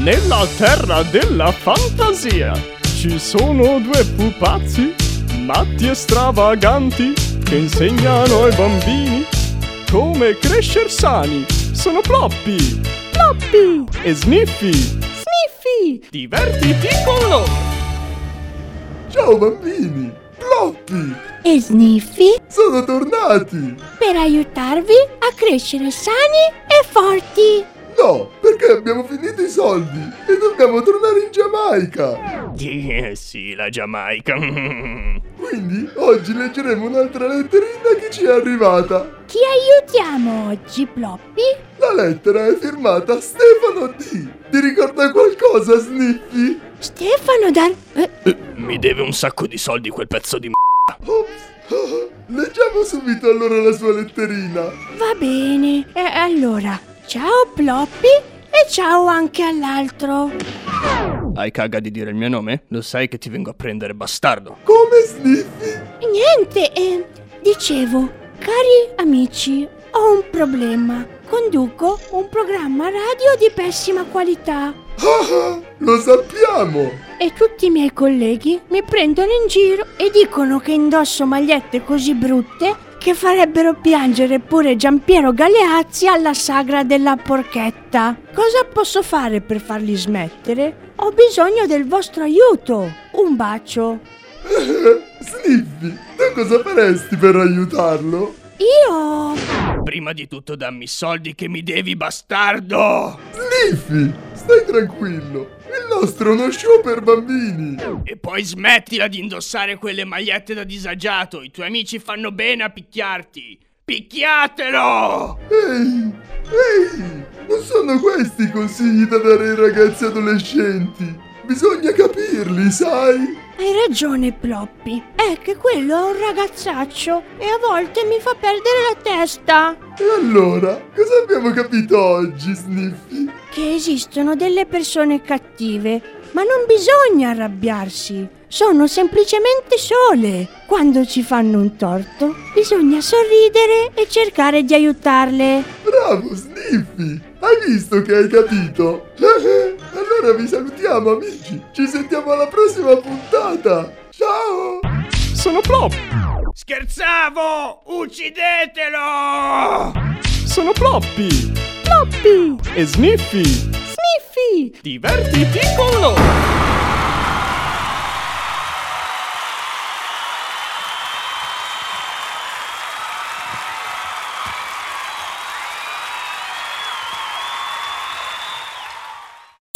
Nella terra della fantasia ci sono due pupazzi matti e stravaganti che insegnano ai bambini come crescer sani. Sono Ploppy, Ploppy e Sniffy, Sniffy. Divertiti con loro. Ciao bambini, Ploppy e Sniffy sono tornati. Per aiutarvi a crescere sani e forti. No, perché abbiamo finito i soldi e dobbiamo tornare in Giamaica. Sì, la Giamaica. Quindi oggi leggeremo un'altra letterina che ci è arrivata. Chi aiutiamo oggi, Ploppy? La lettera è firmata Stefano D. Ti ricorda qualcosa, Sniffy? Stefano Mi deve un sacco di soldi quel pezzo di Ops. Leggiamo subito allora la sua letterina. Va bene, allora, ciao Ploppy e ciao anche all'altro. Hai caga di dire il mio nome? Lo sai che ti vengo a prendere, bastardo. Come, Sniffy? Niente, dicevo, cari amici, ho un problema. Conduco un programma radio di pessima qualità. Lo sappiamo! E tutti i miei colleghi mi prendono in giro e dicono che indosso magliette così brutte che farebbero piangere pure Giampiero Galeazzi alla sagra della porchetta. Cosa posso fare per farli smettere? Ho bisogno del vostro aiuto. Un bacio. Sniffy, tu cosa faresti per aiutarlo? Io... Prima di tutto dammi i soldi che mi devi, bastardo! Sniffy, stai tranquillo. Il nostro è uno show per bambini. E poi smettila di indossare quelle magliette da disagiato. I tuoi amici fanno bene a picchiarti. Picchiatelo! Ehi, non sono questi i consigli da dare ai ragazzi adolescenti. Bisogna capirli, sai? Hai ragione, Ploppy. È che quello è un ragazzaccio e a volte mi fa perdere la testa. E allora, cosa abbiamo capito oggi, Sniffy? Che esistono delle persone cattive, ma non bisogna arrabbiarsi. Sono semplicemente sole. Quando ci fanno un torto, bisogna sorridere e cercare di aiutarle. Bravo, Sniffy! Hai visto che hai capito? Allora vi salutiamo, amici. Ci sentiamo alla prossima puntata. Ciao! Sono Ploppy! Scherzavo! Uccidetelo! Sono Ploppy! Ploppy e Sniffy, Sniffy. Divertiti con loro.